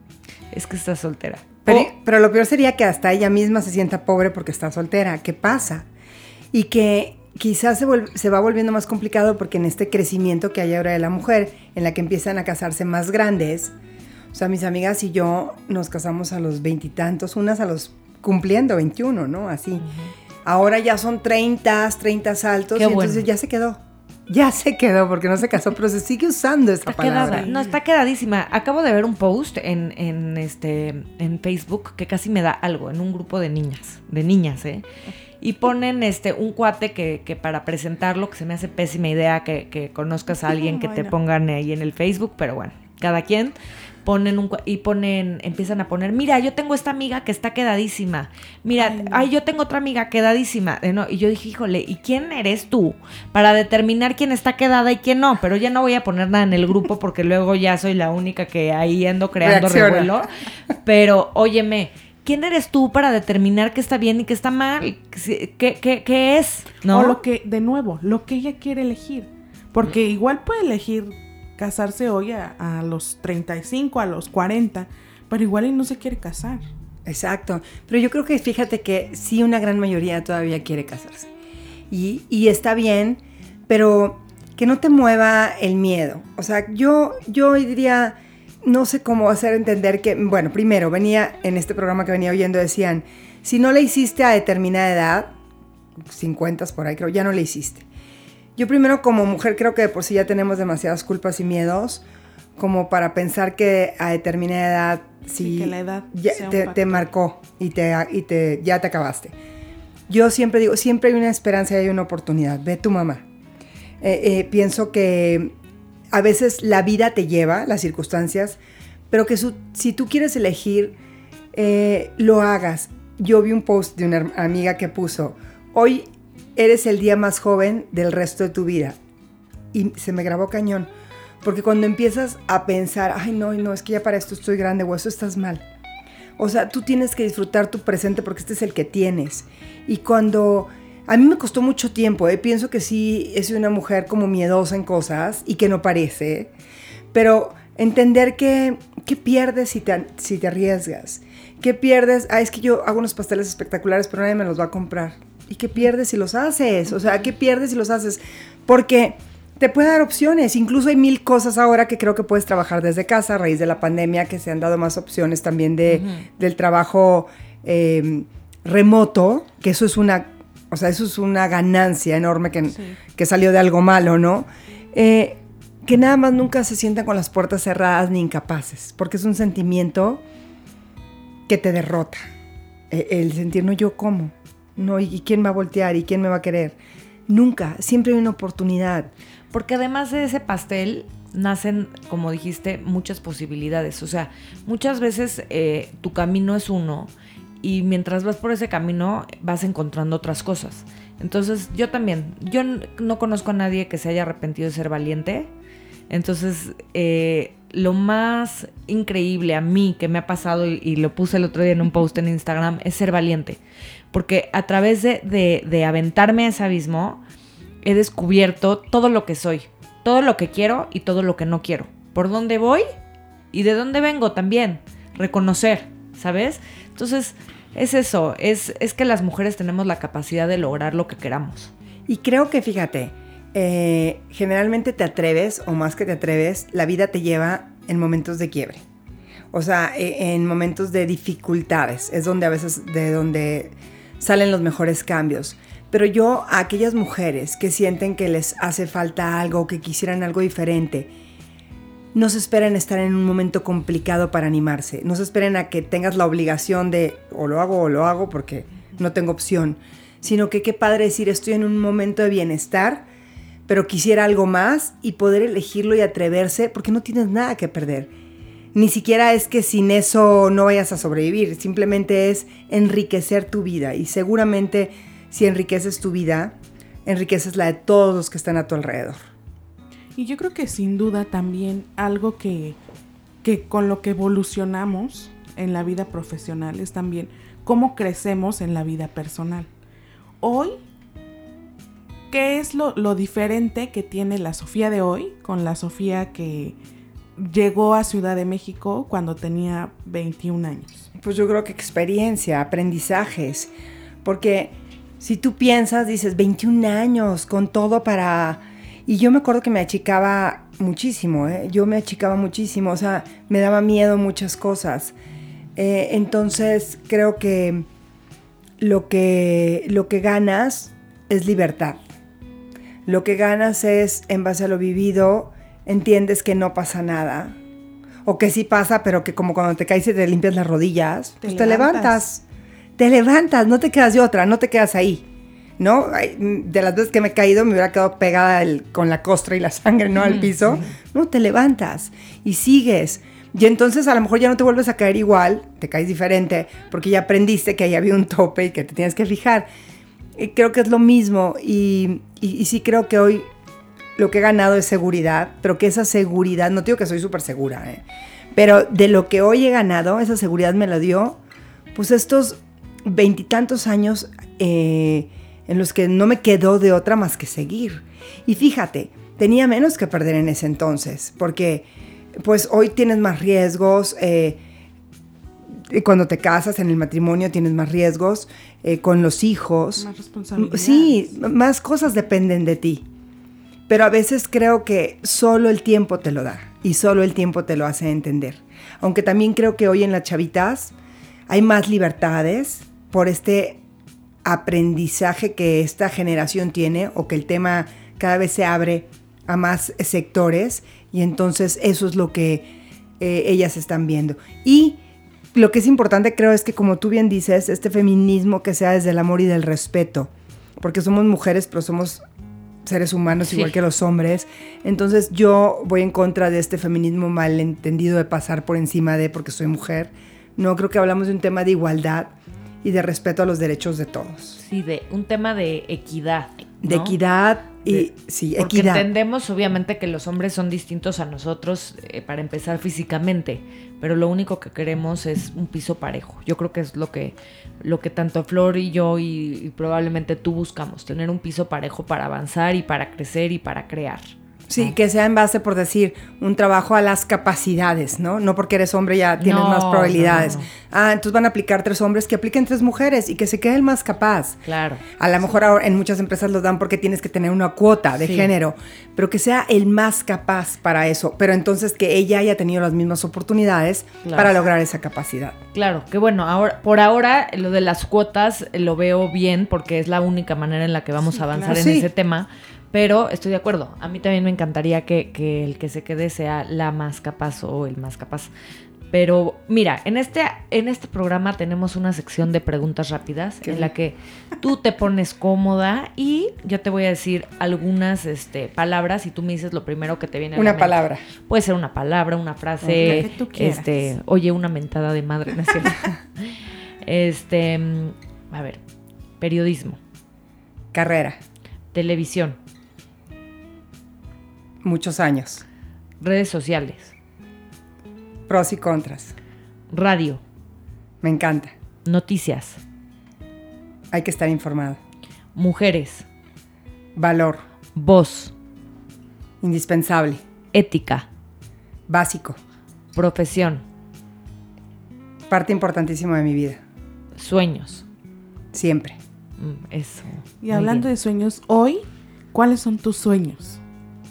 Speaker 4: Es que está soltera.
Speaker 5: Pero,
Speaker 4: o,
Speaker 5: pero lo peor sería que hasta ella misma se sienta pobre porque está soltera. ¿Qué pasa? Y que quizás se, vuelve, se va volviendo más complicado porque en este crecimiento que hay ahora de la mujer, en la que empiezan a casarse más grandes, o sea, mis amigas y yo nos casamos a los veintitantos, unas a los cumpliendo veintiuno, ¿no? Así. Uh-huh. Ahora ya son treinta, treinta altos. Qué y bueno. Entonces ya se quedó. Ya se quedó porque no se casó, pero se sigue usando esa
Speaker 4: está
Speaker 5: palabra.
Speaker 4: Quedada. No, está quedadísima. Acabo de ver un post en, en, este, en Facebook que casi me da algo, en un grupo de niñas, de niñas, ¿eh? Y ponen este, un cuate que, que para presentarlo, que se me hace pésima idea que, que conozcas a alguien que te pongan ahí en el Facebook, pero bueno, cada quien. Ponen un y ponen, empiezan a poner, mira, yo tengo esta amiga que está quedadísima, mira, ay, no. ay yo tengo otra amiga quedadísima, eh, no, y yo dije, híjole, ¿y quién eres tú para determinar quién está quedada y quién no? Pero ya no voy a poner nada en el grupo porque luego ya soy la única que ahí ando creando Reacciona. revuelo, pero óyeme, ¿quién eres tú para determinar qué está bien y qué está mal? ¿Qué, qué, qué es? ¿No?
Speaker 3: O lo que, de nuevo, lo que ella quiere elegir, porque igual puede elegir casarse hoy a, a los treinta y cinco, a los cuarenta, pero igual y no se quiere casar.
Speaker 5: Exacto, pero yo creo que fíjate que sí una gran mayoría todavía quiere casarse y, y está bien, pero que no te mueva el miedo. O sea, yo, yo diría, no sé cómo hacer entender que, bueno, primero venía en este programa que venía oyendo, decían, si no le hiciste a determinada edad, cincuenta por ahí creo, ya no le hiciste. Yo primero como mujer creo que de por sí ya tenemos demasiadas culpas y miedos como para pensar que a determinada edad,
Speaker 3: sí,
Speaker 5: si
Speaker 3: que la edad
Speaker 5: ya te, te marcó y, te, y te, ya te acabaste. Yo siempre digo, siempre hay una esperanza y hay una oportunidad. Ve tu mamá. Eh, eh, pienso que a veces la vida te lleva, las circunstancias, pero que su, si tú quieres elegir, eh, lo hagas. Yo vi un post de una amiga que puso, hoy eres el día más joven del resto de tu vida. Y se me grabó cañón. Porque cuando empiezas a pensar, ay, no, no, es que ya para esto estoy grande o eso estás mal. O sea, tú tienes que disfrutar tu presente porque este es el que tienes. Y cuando... A mí me costó mucho tiempo, ¿eh? Pienso que sí he sido una mujer como miedosa en cosas y que no parece. Pero entender que, ¿qué pierdes si te, si te arriesgas? ¿Qué pierdes? Ah, es que yo hago unos pasteles espectaculares, pero nadie me los va a comprar. ¿Y qué pierdes si los haces? O sea, ¿qué pierdes si los haces? Porque te puede dar opciones. Incluso hay mil cosas ahora que creo que puedes trabajar desde casa a raíz de la pandemia, que se han dado más opciones también de, uh-huh. del trabajo eh, remoto, que eso es una, o sea, eso es una ganancia enorme que, sí. que salió de algo malo, ¿no? Eh, que nada más nunca se sientan con las puertas cerradas ni incapaces, porque es un sentimiento que te derrota. Eh, el sentir, no, yo cómo. No, ¿y quién va a voltear? ¿Y quién me va a querer? Nunca, siempre hay una oportunidad.
Speaker 4: Porque además de ese pastel, nacen, como dijiste, muchas posibilidades. O sea, muchas veces eh, tu camino es uno y mientras vas por ese camino vas encontrando otras cosas. Entonces, yo también, yo no conozco a nadie que se haya arrepentido de ser valiente. Entonces, eh, lo más increíble a mí que me ha pasado, y, y lo puse el otro día en un post en Instagram, es ser valiente. Porque a través de, de, de aventarme a ese abismo, he descubierto todo lo que soy, todo lo que quiero y todo lo que no quiero. por dónde voy y de dónde vengo también. Reconocer, ¿sabes? Entonces, es eso, es, es que las mujeres tenemos la capacidad de lograr lo que queramos.
Speaker 5: Y creo que, fíjate, eh, generalmente te atreves, o más que te atreves, la vida te lleva en momentos de quiebre. O sea, eh, en momentos de dificultades. Es donde a veces, de donde salen los mejores cambios. Pero yo, a aquellas mujeres que sienten que les hace falta algo, que quisieran algo diferente, no se esperen estar en un momento complicado para animarse. No se esperen a que tengas la obligación de o lo hago o lo hago porque no tengo opción. Sino que qué padre decir, estoy en un momento de bienestar, pero quisiera algo más y poder elegirlo y atreverse porque no tienes nada que perder. Ni siquiera es que sin eso no vayas a sobrevivir. Simplemente es enriquecer tu vida. Y seguramente si enriqueces tu vida, enriqueces la de todos los que están a tu alrededor.
Speaker 3: Y yo creo que sin duda también algo que, que con lo que evolucionamos en la vida profesional es también cómo crecemos en la vida personal. Hoy, ¿qué es lo, lo diferente que tiene la Sofía de hoy con la Sofía que llegó a Ciudad de México cuando tenía veintiún años?
Speaker 5: Pues yo creo que experiencia, aprendizajes. Porque si tú piensas, dices, veintiún años, con todo para... Y yo me acuerdo que me achicaba muchísimo, ¿eh? Yo me achicaba muchísimo, o sea, me daba miedo muchas cosas. Eh, entonces, creo que lo que, lo que ganas es libertad. Lo que ganas es, en base a lo vivido, entiendes que no pasa nada. O que sí pasa, pero que como cuando te caes y te limpias las rodillas,
Speaker 3: te,
Speaker 5: pues
Speaker 3: levantas.
Speaker 5: te levantas. Te levantas, no te quedas de otra, no te quedas ahí. ¿No? De las veces que me he caído me hubiera quedado pegada el, con la costra y la sangre, ¿no? Al piso. No, te levantas y sigues. Y entonces a lo mejor ya no te vuelves a caer igual, te caes diferente, porque ya aprendiste que ahí había un tope y que te tienes que fijar. Y creo que es lo mismo y, y, y sí creo que hoy lo que he ganado es seguridad, pero que esa seguridad, no digo que soy súper segura, ¿eh? Pero de lo que hoy he ganado, esa seguridad me la dio, pues estos veintitantos años eh, en los que no me quedó de otra más que seguir. Y fíjate, tenía menos que perder en ese entonces, porque pues hoy tienes más riesgos, eh, cuando te casas en el matrimonio tienes más riesgos, eh, con los hijos.
Speaker 3: Más responsabilidades.
Speaker 5: Sí, más cosas dependen de ti. Pero a veces creo que solo el tiempo te lo da y solo el tiempo te lo hace entender. Aunque también creo que hoy en las chavitas hay más libertades por este aprendizaje que esta generación tiene o que el tema cada vez se abre a más sectores y entonces eso es lo que eh, ellas están viendo. Y lo que es importante creo es que, como tú bien dices, este feminismo que sea desde el amor y del respeto, porque somos mujeres pero somos seres humanos, sí, igual que los hombres. Entonces yo voy en contra de este feminismo malentendido de pasar por encima de porque soy mujer. No, creo que hablamos de un tema de igualdad y de respeto a los derechos de todos.
Speaker 4: Sí, de un tema de equidad, ¿no?
Speaker 5: De equidad y
Speaker 4: de,
Speaker 5: sí,
Speaker 4: porque
Speaker 5: equidad.
Speaker 4: Entendemos obviamente que los hombres son distintos a nosotros, eh, para empezar físicamente, pero lo único que queremos es un piso parejo. Yo creo que es lo que, lo que tanto Flor y yo y, y probablemente tú buscamos, tener un piso parejo para avanzar y para crecer y para crear.
Speaker 5: Sí, que sea en base, por decir, un trabajo a las capacidades, ¿no? No porque eres hombre ya tienes
Speaker 4: no,
Speaker 5: más probabilidades.
Speaker 4: No, no.
Speaker 5: Ah, entonces van a aplicar tres hombres, que apliquen tres mujeres y que se quede el más capaz.
Speaker 4: Claro.
Speaker 5: A lo mejor ahora en muchas empresas lo dan porque tienes que tener una cuota de sí. género, pero que sea el más capaz para eso. Pero entonces que ella haya tenido las mismas oportunidades claro. para lograr esa capacidad.
Speaker 4: Claro, que bueno, ahora por ahora lo de las cuotas lo veo bien porque es la única manera en la que vamos sí, a avanzar claro. en sí. ese tema. Pero estoy de acuerdo, a mí también me encantaría que, que el que se quede sea la más capaz o el más capaz. Pero mira, en este, en este programa tenemos una sección de preguntas rápidas ¿Qué? En la que tú te pones cómoda y yo te voy a decir algunas este, palabras y tú me dices lo primero que te viene a la
Speaker 5: Una
Speaker 4: mente.
Speaker 5: palabra.
Speaker 4: Puede ser una palabra, una frase,
Speaker 3: que tú quieras.
Speaker 4: este, oye, una mentada de madre, ¿no es cierto? este, a ver, periodismo.
Speaker 5: Carrera.
Speaker 4: Televisión.
Speaker 5: Muchos años.
Speaker 4: Redes sociales.
Speaker 5: Pros y contras.
Speaker 4: Radio.
Speaker 5: Me encanta.
Speaker 4: Noticias.
Speaker 5: Hay que estar informado.
Speaker 4: Mujeres.
Speaker 5: Valor.
Speaker 4: Voz.
Speaker 5: Indispensable.
Speaker 4: Ética.
Speaker 5: básico.
Speaker 4: Profesión.
Speaker 5: Parte importantísima de mi vida.
Speaker 4: Sueños.
Speaker 5: Siempre.
Speaker 4: Mm, eso.
Speaker 3: Y
Speaker 4: Muy
Speaker 3: hablando
Speaker 4: bien.
Speaker 3: de sueños, hoy, ¿cuáles son tus sueños?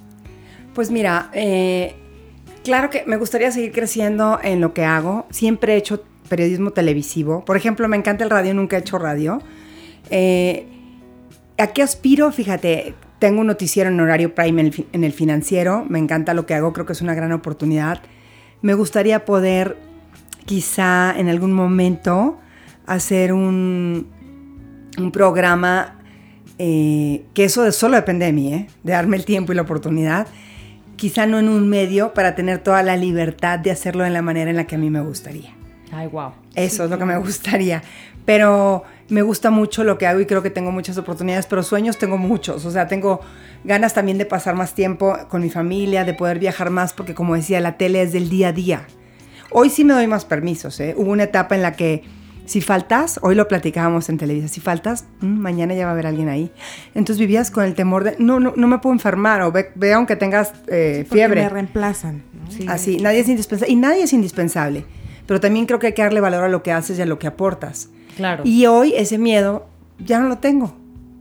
Speaker 5: Pues mira, eh, claro que me gustaría seguir creciendo en lo que hago. Siempre he hecho periodismo televisivo. Por ejemplo, me encanta el radio, nunca he hecho radio. Eh, ¿A qué aspiro? Fíjate, tengo un noticiero en horario prime en el, en el Financiero. Me encanta lo que hago, creo que es una gran oportunidad. Me gustaría poder, quizá en algún momento, hacer un, un programa, eh, que eso de, solo depende de mí, ¿eh? De darme el tiempo y la oportunidad. Quizá no en un medio para tener toda la libertad de hacerlo de la manera en la que a mí me gustaría.
Speaker 4: Ay, wow.
Speaker 5: Eso
Speaker 3: Sí,
Speaker 5: es lo que me
Speaker 3: claro.
Speaker 5: gustaría. Pero me gusta mucho lo que hago y creo que tengo muchas oportunidades, pero sueños tengo muchos. O sea, tengo ganas también de pasar más tiempo con mi familia, de poder viajar más, porque como decía, la tele es del día a día. Hoy sí me doy más permisos, ¿eh? Hubo una etapa en la que si faltas, hoy lo platicábamos en televisión, si faltas, mmm, mañana ya va a haber alguien ahí. Entonces vivías con el temor de, no, no, no me puedo enfermar, o ve, ve aunque tengas eh,
Speaker 3: Porque
Speaker 5: fiebre.
Speaker 3: me reemplazan, ¿no?
Speaker 4: Sí.
Speaker 5: Así, nadie es indispensable. Y nadie es indispensable. Pero también creo que hay que darle valor a lo que haces y a lo que aportas.
Speaker 4: Claro.
Speaker 5: Y hoy ese miedo ya no lo tengo.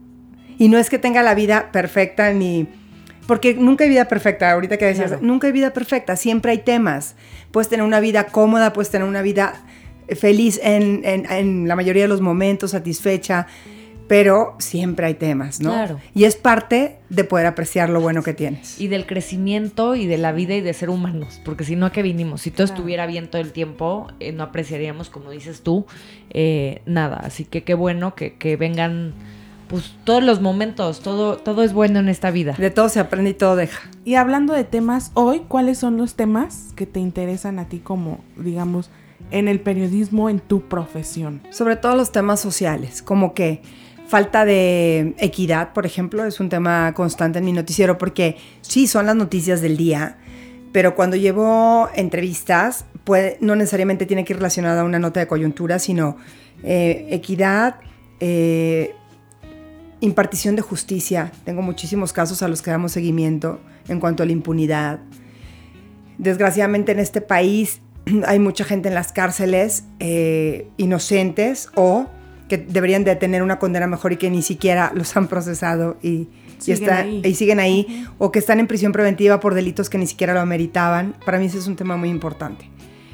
Speaker 5: Y no es que tenga la vida perfecta ni... Porque nunca hay vida perfecta, ahorita que decías,
Speaker 4: Claro.
Speaker 5: nunca hay vida perfecta, siempre hay temas. Puedes tener una vida cómoda, puedes tener una vida feliz en, en, en la mayoría de los momentos, satisfecha, pero siempre hay temas, ¿no?
Speaker 4: Claro.
Speaker 5: Y es parte de poder apreciar lo bueno que tienes.
Speaker 4: Y del crecimiento y de la vida y de ser humanos, porque si no, ¿a qué vinimos? Si todo
Speaker 3: Claro.
Speaker 4: estuviera bien todo el tiempo, eh, no apreciaríamos, como dices tú, eh, nada. Así que qué bueno que, que vengan, pues, todos los momentos, todo, todo es bueno en esta vida.
Speaker 5: De todo se aprende y todo deja.
Speaker 3: Y hablando de temas, hoy, ¿cuáles son los temas que te interesan a ti como, digamos, en el periodismo, en tu profesión?
Speaker 5: Sobre todo los temas sociales, como que falta de equidad, por ejemplo, es un tema constante en mi noticiero porque sí, son las noticias del día, pero cuando llevo entrevistas, puede, no necesariamente tiene que ir relacionada a una nota de coyuntura, sino eh, equidad, eh, impartición de justicia. Tengo muchísimos casos a los que damos seguimiento en cuanto a la impunidad. Desgraciadamente en este país hay mucha gente en las cárceles eh, inocentes o que deberían de tener una condena mejor y que ni siquiera los han procesado y, y,
Speaker 3: Siguen
Speaker 5: está,
Speaker 3: ahí.
Speaker 5: y siguen ahí, uh-huh. O que están en prisión preventiva por delitos que ni siquiera lo ameritaban. Para mí ese es un tema muy importante.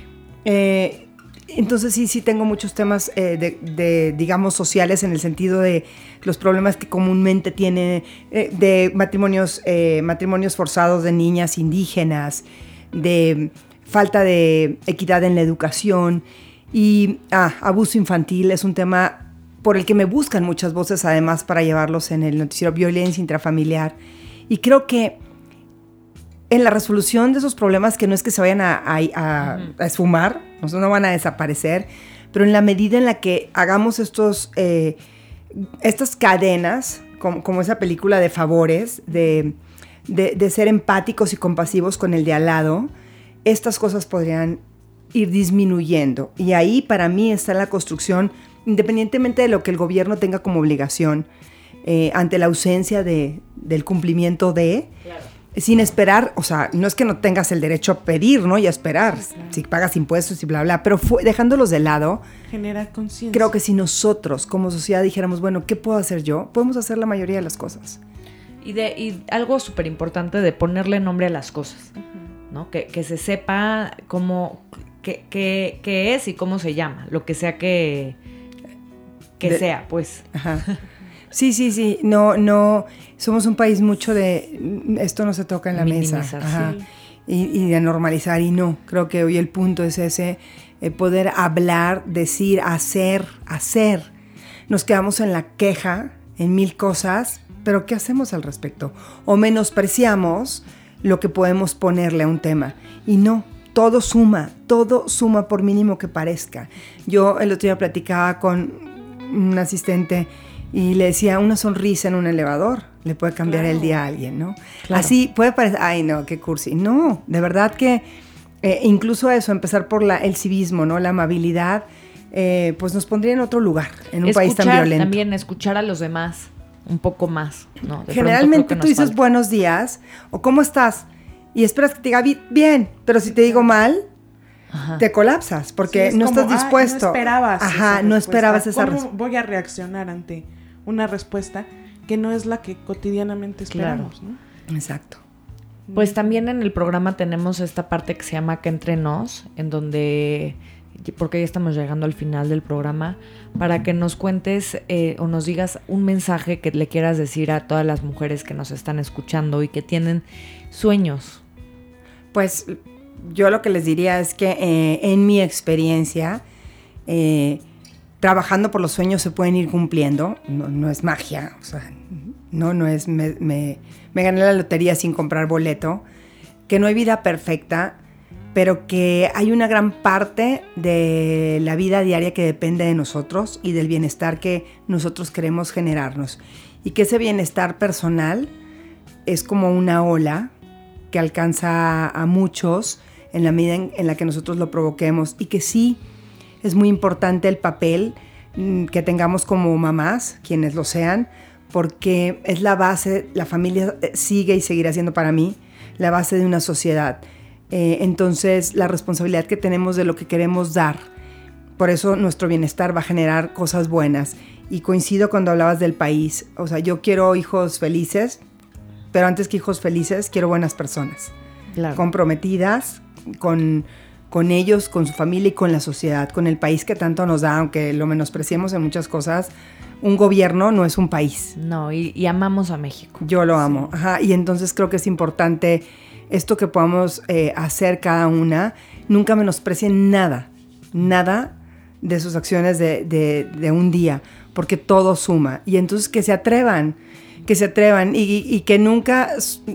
Speaker 5: Eh, entonces sí, sí tengo muchos temas eh, de, de, digamos, sociales en el sentido de los problemas que comúnmente tiene eh, de matrimonios, eh, matrimonios forzados de niñas indígenas, de falta de equidad en la educación y ah, abuso infantil es un tema por el que me buscan muchas voces además para llevarlos en el noticiero, violencia intrafamiliar. Y creo que en la resolución de esos problemas, que no es que se vayan a, a, a, a esfumar, no, no van a desaparecer, pero en la medida en la que hagamos estos, eh, estas cadenas, como, como esa película de favores, de, de, de ser empáticos y compasivos con el de al lado, estas cosas podrían ir disminuyendo. Y ahí para mí está la construcción, independientemente de lo que el gobierno tenga como obligación, eh, ante la ausencia de, del cumplimiento de, claro. Sin esperar, o sea, no es que no tengas el derecho a pedir, ¿no? Y a esperar, sí, claro. Si pagas impuestos y bla, bla, pero fue, dejándolos de lado,
Speaker 3: generar conciencia.
Speaker 5: Creo que si nosotros como sociedad dijéramos, bueno, ¿qué puedo hacer yo? Podemos hacer la mayoría de las cosas.
Speaker 4: Y, de, y algo súper importante de ponerle nombre a las cosas, uh-huh. ¿no? Que, que se sepa cómo, qué, qué, qué es y cómo se llama, lo que sea que... que de, sea, pues.
Speaker 5: Ajá. Sí, sí, sí. No, no. Somos un país mucho de esto no se toca en la mesa. Ajá. Sí. Y, y de normalizar. Y no, creo que hoy el punto es ese, eh, poder hablar, decir, hacer, hacer. Nos quedamos en la queja, en mil cosas, pero ¿qué hacemos al respecto? O menospreciamos lo que podemos ponerle a un tema. Y no. Todo suma, todo suma por mínimo que parezca. Yo el otro día platicaba con un asistente y le decía, una sonrisa en un elevador le puede cambiar claro. el día a alguien, ¿no? Claro. Así puede parecer, ay no, qué cursi. No, de verdad que eh, incluso eso, empezar por la, el civismo, ¿no? La amabilidad, eh, pues nos pondría en otro lugar, en un
Speaker 4: escuchar,
Speaker 5: país tan violento.
Speaker 4: También escuchar a los demás un poco más, ¿no? De
Speaker 5: Generalmente
Speaker 4: tú
Speaker 5: dices
Speaker 4: falta.
Speaker 5: buenos días o ¿cómo estás? y esperas que te diga bien, pero si te digo mal, Ajá. te colapsas porque
Speaker 3: sí,
Speaker 5: no
Speaker 3: como,
Speaker 5: estás dispuesto.
Speaker 3: Ah, no esperabas
Speaker 5: Ajá,
Speaker 3: esa
Speaker 5: no esperabas esa
Speaker 3: ¿Cómo
Speaker 5: respuesta.
Speaker 3: voy a reaccionar ante una respuesta que no es la que cotidianamente esperamos,
Speaker 4: claro.
Speaker 3: ¿no?
Speaker 5: Exacto.
Speaker 4: Pues también en el programa tenemos esta parte que se llama Acá Entre Nos, en donde, porque ya estamos llegando al final del programa, para que nos cuentes eh, o nos digas un mensaje que le quieras decir a todas las mujeres que nos están escuchando y que tienen sueños.
Speaker 5: Pues yo lo que les diría es que eh, en mi experiencia, eh, trabajando por los sueños se pueden ir cumpliendo, no, no es magia, o sea, no, no es me, me, me gané la lotería sin comprar boleto, que no hay vida perfecta, pero que hay una gran parte de la vida diaria que depende de nosotros y del bienestar que nosotros queremos generarnos. Y que ese bienestar personal es como una ola que alcanza a muchos en la medida en, en la que nosotros lo provoquemos, y que sí es muy importante el papel mm, que tengamos como mamás, quienes lo sean, porque es la base, la familia sigue y seguirá siendo para mí la base de una sociedad. Eh, entonces, la responsabilidad que tenemos de lo que queremos dar, por eso nuestro bienestar va a generar cosas buenas. Y coincido cuando hablabas del país, o sea, yo quiero hijos felices, pero antes que hijos felices, quiero buenas personas,
Speaker 4: Claro.
Speaker 5: comprometidas con, con ellos, con su familia y con la sociedad, con el país que tanto nos da, aunque lo menospreciemos en muchas cosas. Un gobierno no es un país.
Speaker 4: No, y, y amamos a México.
Speaker 5: Yo lo amo. Sí. Ajá, y entonces creo que es importante esto que podamos eh, hacer cada una. Nunca menosprecien nada, nada de sus acciones de, de, de un día, porque todo suma. Y entonces que se atrevan, que se atrevan y, y que nunca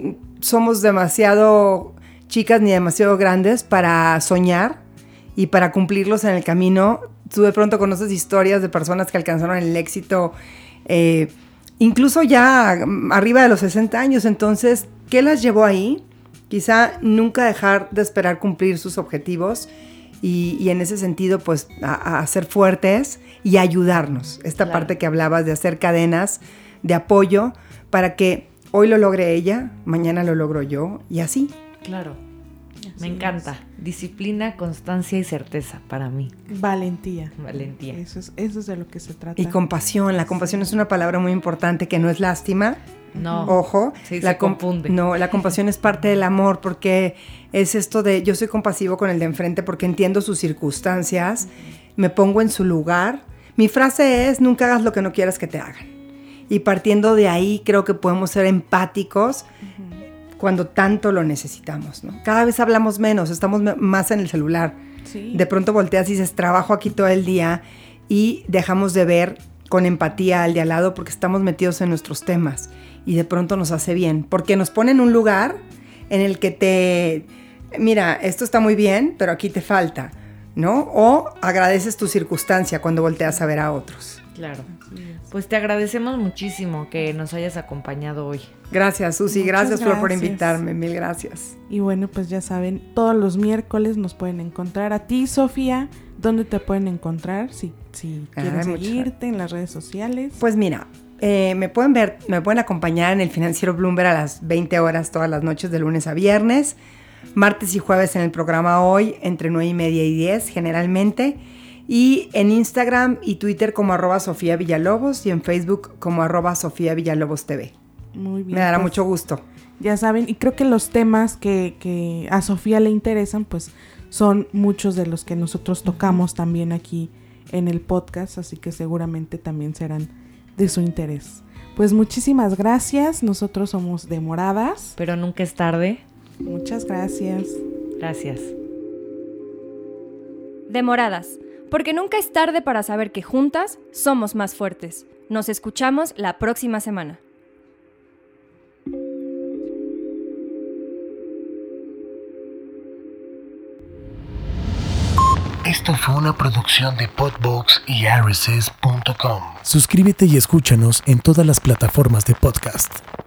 Speaker 5: somos demasiado chicas ni demasiado grandes para soñar y para cumplirlos en el camino. Tú de pronto conoces historias de personas que alcanzaron el éxito, eh, incluso ya arriba de los sesenta años. Entonces, ¿qué las llevó ahí? Quizá nunca dejar de esperar cumplir sus objetivos y, y en ese sentido, pues, a, a ser fuertes y ayudarnos. Esta claro. parte que hablabas de hacer cadenas de apoyo para que hoy lo logre ella, mañana lo logro yo y así.
Speaker 4: Claro. Me encanta. Es. Disciplina, constancia y certeza para mí.
Speaker 3: Valentía.
Speaker 4: Valentía.
Speaker 3: Eso es, eso es de lo que se trata.
Speaker 5: Y compasión. La compasión es una palabra muy importante que no es lástima.
Speaker 4: No.
Speaker 5: Ojo.
Speaker 4: Sí,
Speaker 5: la
Speaker 4: se confunde.
Speaker 5: No, la compasión es parte del amor porque es esto de yo soy compasivo con el de enfrente porque entiendo sus circunstancias, me pongo en su lugar. Mi frase es nunca hagas lo que no quieras que te hagan. Y partiendo de ahí creo que podemos ser empáticos cuando tanto lo necesitamos, ¿no? Cada vez hablamos menos, estamos más en el celular. Sí. De pronto volteas y dices, trabajo aquí todo el día y dejamos de ver con empatía al de al lado porque estamos metidos en nuestros temas y de pronto nos hace bien, porque nos pone en un lugar en el que te, mira, esto está muy bien, pero aquí te falta, ¿no? O agradeces tu circunstancia cuando volteas a ver a otros.
Speaker 4: Claro. Pues te agradecemos muchísimo que nos hayas acompañado hoy.
Speaker 5: Gracias, Susi. Gracias,
Speaker 3: gracias,
Speaker 5: Flor, por invitarme. Mil gracias.
Speaker 3: Y bueno, pues ya saben, todos los miércoles nos pueden encontrar. A ti, Sofía, ¿dónde te pueden encontrar? Si, si quieres Ay, seguirte en las redes sociales.
Speaker 5: Pues mira, eh, me pueden ver, me pueden acompañar en el Financiero Bloomberg a las veinte horas todas las noches de lunes a viernes. Martes y jueves en el programa Hoy, entre nueve y media y diez, generalmente. Y en Instagram y Twitter como arroba Sofía Villalobos y en Facebook como arroba Sofía Villalobos T V.
Speaker 3: Muy bien.
Speaker 5: Me dará
Speaker 3: pues,
Speaker 5: mucho gusto.
Speaker 3: Ya saben, y creo que los temas que, que a Sofía le interesan, pues son muchos de los que nosotros tocamos también aquí en el podcast, así que seguramente también serán de su interés. Pues muchísimas gracias, nosotros somos Demoradas.
Speaker 4: Pero nunca es tarde.
Speaker 3: Muchas gracias.
Speaker 4: Gracias.
Speaker 2: Demoradas. Porque nunca es tarde para saber que juntas somos más fuertes. Nos escuchamos la próxima semana.
Speaker 1: Esto fue una producción de Podbox y R S S punto com. Suscríbete y escúchanos en todas las plataformas de podcast.